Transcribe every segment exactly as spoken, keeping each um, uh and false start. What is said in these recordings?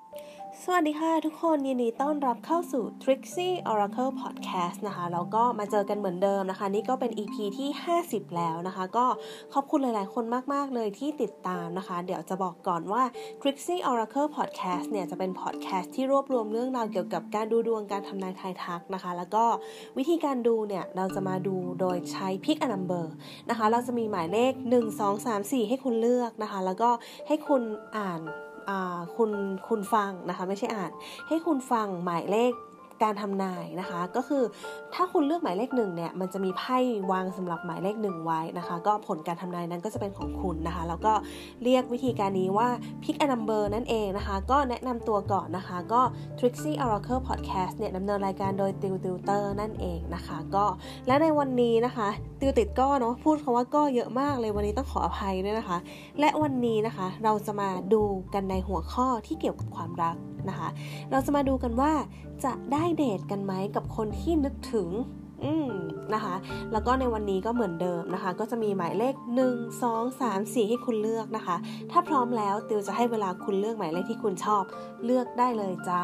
สวัสดีค่ะทุกคนยินดีต้อนรับเข้าสู่ Trixie Oracle Podcast นะคะแล้วก็มาเจอกันเหมือนเดิมนะคะนี่ก็เป็น อี พี ที่ห้าสิบแล้วนะคะก็ขอบคุณหลายๆคนมากๆเลยที่ติดตามนะคะเดี๋ยวจะบอกก่อนว่า Trixie Oracle Podcast เนี่ยจะเป็น podcast ที่รวบรวมเรื่องราวเกี่ยวกับการดูดวงการทำนายทายทักนะคะแล้วก็วิธีการดูเนี่ยเราจะมาดูโดยใช้ Pick a number นะคะเราจะมีหมายเลขหนึ่ง สอง สาม สี่ให้คุณเลือกนะคะแล้วก็ให้คุณอ่านคุณคุณฟังนะคะไม่ใช่อ่านให้คุณฟังหมายเลขการทำนายนะคะก็คือถ้าคุณเลือกหมายเลขหนึ่งเนี่ยมันจะมีไพ่วางสำหรับหมายเลขหนึ่งไว้นะคะก็ผลการทำนายนั้นก็จะเป็นของคุณนะคะแล้วก็เรียกวิธีการนี้ว่า Pick a number นั่นเองนะคะก็แนะนำตัวก่อนนะคะก็ Trixie Oracle Podcast เนี่ยดำเนินรายการโดยติวติวเตอร์นั่นเองนะคะก็และในวันนี้นะคะติวติดก็เนาะพูดคำว่าก็เยอะมากเลยวันนี้ต้องขออภัยด้วยนะคะและวันนี้นะคะเราจะมาดูกันในหัวข้อที่เกี่ยวกับความรักนะคะเราจะมาดูกันว่าจะได้เดทกันไหมกับคนที่นึกถึงอืมนะคะแล้วก็ในวันนี้ก็เหมือนเดิมนะคะก็จะมีหมายเลขหนึ่ง สอง สาม สี่ให้คุณเลือกนะคะถ้าพร้อมแล้วติวจะให้เวลาคุณเลือกหมายเลขที่คุณชอบเลือกได้เลยจ้า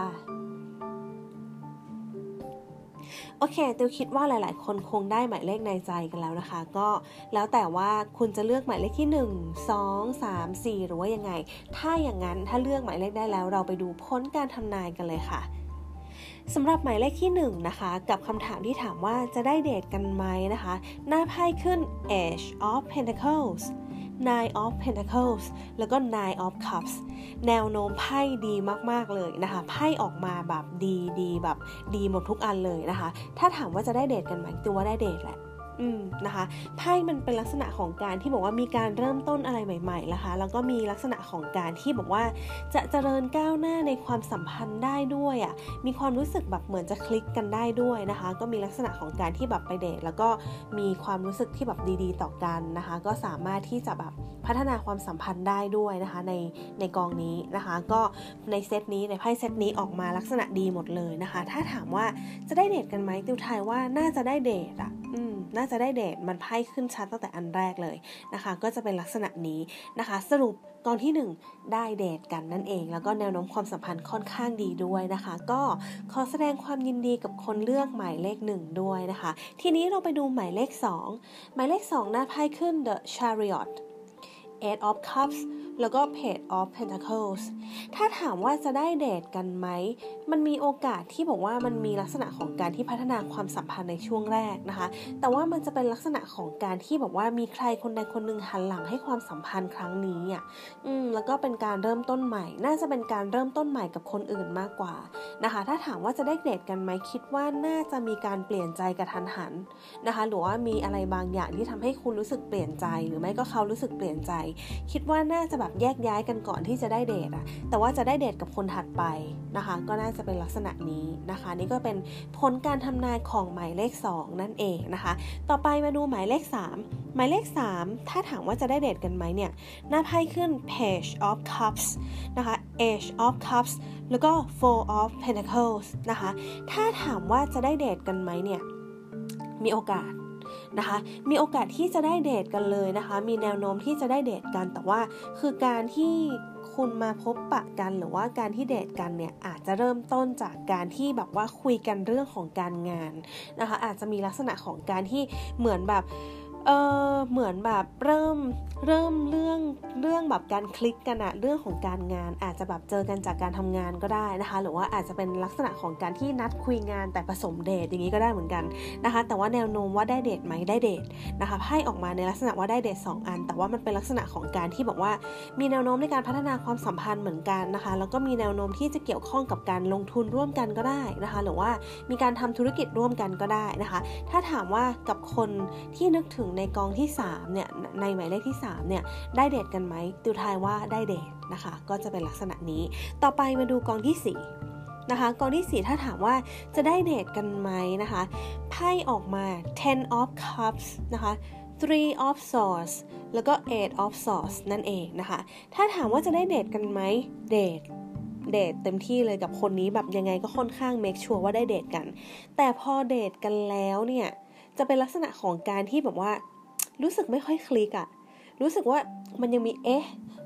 โอเคติวคิดว่าหลายๆคนคงได้หมายเลขในใจกันแล้วนะคะก็แล้วแต่ว่าคุณจะเลือกหมายเลขที่หนึ่ง สอง สาม สี่หรือว่ายังไงถ้าอย่างนั้นถ้าเลือกหมายเลขได้แล้วเราไปดูผลการทำนายกันเลยค่ะสำหรับหมายเลขที่หนึ่งนะคะกับคำถามที่ถามว่าจะได้เดทกันไหมนะคะหน้าไพ่ขึ้น Ace of Pentacles Nine of Pentacles แล้วก็ Nine of Cups แนวโน้มไพ่ดีมากๆเลยนะคะไพ่ออกมาแบบดีดีแบบดีหมดทุกอันเลยนะคะถ้าถามว่าจะได้เดทกันไหมตัวว่าได้เดทแหละอืมนะคะไพ่มันเป็นลักษณะของการที่บอกว่ามีการเริ่มต้นอะไรใหม่ๆนะคะแล้วก็มีลักษณะของการที่บอกว่าจะเจริญก้าวหน้าในความสัมพันธ์ได้ด้วยอ่ะมีความรู้สึกแบบเหมือนจะคลิกกันได้ด้วยนะคะก็มีลักษณะของการที่แบบไปเดทแล้วก็มีความรู้สึกที่แบบดีๆต่อกันนะคะก็สามารถที่จะแบบพัฒนาความสัมพันธ์ได้ด้วยนะคะในในกองนี้นะคะก็ในเซตนี้ในไพ่เซตนี้ออกมาลักษณะดีหมดเลยนะคะถ้าถามว่าจะได้เดทกันไหมติวทายว่าน่าจะได้เดทอ่ะอืมน่าจะได้เดทมันไพ่ขึ้นชัดตั้งแต่อันแรกเลยนะคะก็จะเป็นลักษณะนี้นะคะสรุปกองที่หนึ่งได้เดทกันนั่นเองแล้วก็แนวโน้มความสัมพันธ์ค่อนข้างดีด้วยนะคะก็ขอแสดงความยินดีกับคนเลือกหมายเลขหนึ่งด้วยนะคะทีนี้เราไปดูหมายเลขสองหมายเลขสองหน้าไพ่ขึ้น The Chariot Eight of Cups แล้วก็ Page of Pentacles ถ้าถามว่าจะได้เดทกันไหมมันมีโอกาสที่บอกว่ามันมีลักษณะของการที่พัฒนาความสัมพันธ์ในช่วงแรกนะคะแต่ว่ามันจะเป็นลักษณะของการที่บอกว่ามีใครคนใดคนหนึ่งหันหลังให้ความสัมพันธ์ครั้งนี้อ่ะอืมแล้วก็เป็นการเริ่มต้นใหม่น่าจะเป็นการเริ่มต้นใหม่กับคนอื่นมากกว่านะคะถ้าถามว่าจะได้เดทกันไหมคิดว่าน่าจะมีการเปลี่ยนใจกระทันหันนะคะหรือว่ามีอะไรบางอย่างที่ทำให้คุณรู้สึกเปลี่ยนใจหรือไม่ก็เขารู้สึกเปลี่ยนใจคิดว่าน่าจะแบบแยกย้ายกันก่อนที่จะได้เดทอะแต่ว่าจะได้เดทกับคนถัดไปนะคะก็น่าจะเป็นลักษณะนี้นะคะนี่ก็เป็นผลการทำนายของหมายเลขสองนั่นเองนะคะต่อไปมาดูหมายเลขสามหมายเลขสามถ้าถามว่าจะได้เดทกันไหมเนี่ยหน้าไพ่ขึ้น Page of Cups นะคะ Ace of Cups แล้วก็ Four of Pentacles นะคะถ้าถามว่าจะได้เดทกันไหมเนี่ยมีโอกาสนะคะมีโอกาสที่จะได้เดทกันเลยนะคะมีแนวโน้มที่จะได้เดทกันแต่ว่าคือการที่คุณมาพบปะกันหรือว่าการที่เดทกันเนี่ยอาจจะเริ่มต้นจากการที่แบบว่าคุยกันเรื่องของการงานนะคะอาจจะมีลักษณะของการที่เหมือนแบบเออเหมือนแบบเริ่มเริ่มเรื่องเรื่องแบบการคลิกกันอะเรื่องของการงานอาจจะแบบเจอกันจากการทำงานก็ได้นะคะหรือว่าอาจจะเป็นลักษณะของการที่นัดคุยงานแต่ผสมเดทอย่างนี้ก็ได้เหมือนกันนะคะแต่ว่าแนวโน้มว่าได้เดทไหมได้เดทนะคะไพ่ออกมาในลักษณะว่าได้เดทสองอันแต่ว่ามันเป็นลักษณะของการที่บอกว่ามีแนวโน้มในการพัฒนาความสัมพันธ์เหมือนกันนะคะแล้วก็มีแนวโน้มที่จะเกี่ยวข้องกับการลงทุนร่วมกันก็ได้นะคะหรือว่ามีการทำธุรกิจร่วมกันก็ได้นะคะถ้าถามว่ากับคนที่นึกถึงในกองที่สามเนี่ยในหมายเลขที่สามเนี่ยได้เดทกันไหมติวทายว่าได้เดทนะคะก็จะเป็นลักษณะนี้ต่อไปมาดูกองที่สี่นะคะกองที่สี่ถ้าถามว่าจะได้เดทกันไหมนะคะไพ่ออกมา Ten of Cups นะคะ Three of Swords แล้วก็ Eight of Swords นั่นเองนะคะถ้าถามว่าจะได้เดทกันไหมเดทเดทเต็มที่เลยกับคนนี้แบบยังไงก็ค่อนข้าง make sure ว่าได้เดทกันแต่พอเดทกันแล้วเนี่ยจะเป็นลักษณะของการที่แบบว่ารู้สึกไม่ค่อยคลิกอะรู้สึกว่ามันยังมีเอ๊ะ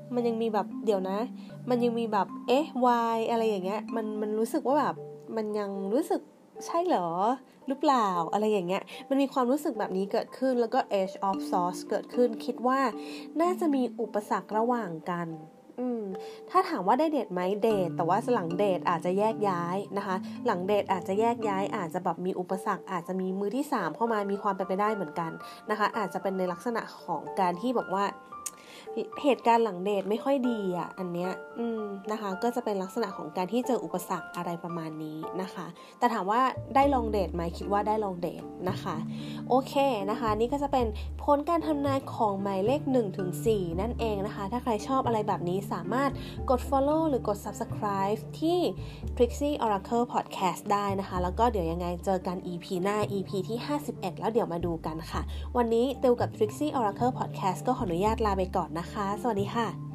มันยังมีแบบเดี๋ยวนะมันยังมีแบบเอ๊ะ why อะไรอย่างเงี้ยมันมันรู้สึกว่าแบบมันยังรู้สึกใช่เหรอหรือเปล่าอะไรอย่างเงี้ยมันมีความรู้สึกแบบนี้เกิดขึ้นแล้วก็ edge of sauce เกิดขึ้นคิดว่าน่าจะมีอุปสรรคระหว่างกันอืมถ้าถามว่าได้เดทไหมเดทแต่ว่าหลังเดทอาจจะแยกย้ายนะคะหลังเดทอาจจะแยกย้ายอาจจะแบบมีอุปสรรคอาจจะมีมือที่สามเข้ามามีความเป็นไปได้เหมือนกันนะคะอาจจะเป็นในลักษณะของการที่บอกว่าเหตุการณ์หลังเดทไม่ค่อยดีอ่ะอันเนี้ยอืมนะคะก็จะเป็นลักษณะของการที่เจออุปสรรคอะไรประมาณนี้นะคะแต่ถามว่าได้ลองเดทไหมคิดว่าได้ลองเดทนะคะโอเคนะคะนี่ก็จะเป็นผลการทำนายของหมายเลขหนึ่งถึงสี่นั่นเองนะคะถ้าใครชอบอะไรแบบนี้สามารถกด follow หรือกด subscribe ที่ Trixie Oracle Podcast ได้นะคะแล้วก็เดี๋ยวยังไงเจอกัน อี พี หน้า อี พี ที่ห้าสิบเอ็ดแล้วเดี๋ยวมาดูกันค่ะวันนี้ติวกับ Trixie Oracle Podcast ก็ขออนุญาตลาไปก่อนนะคะสวัสดีค่ะ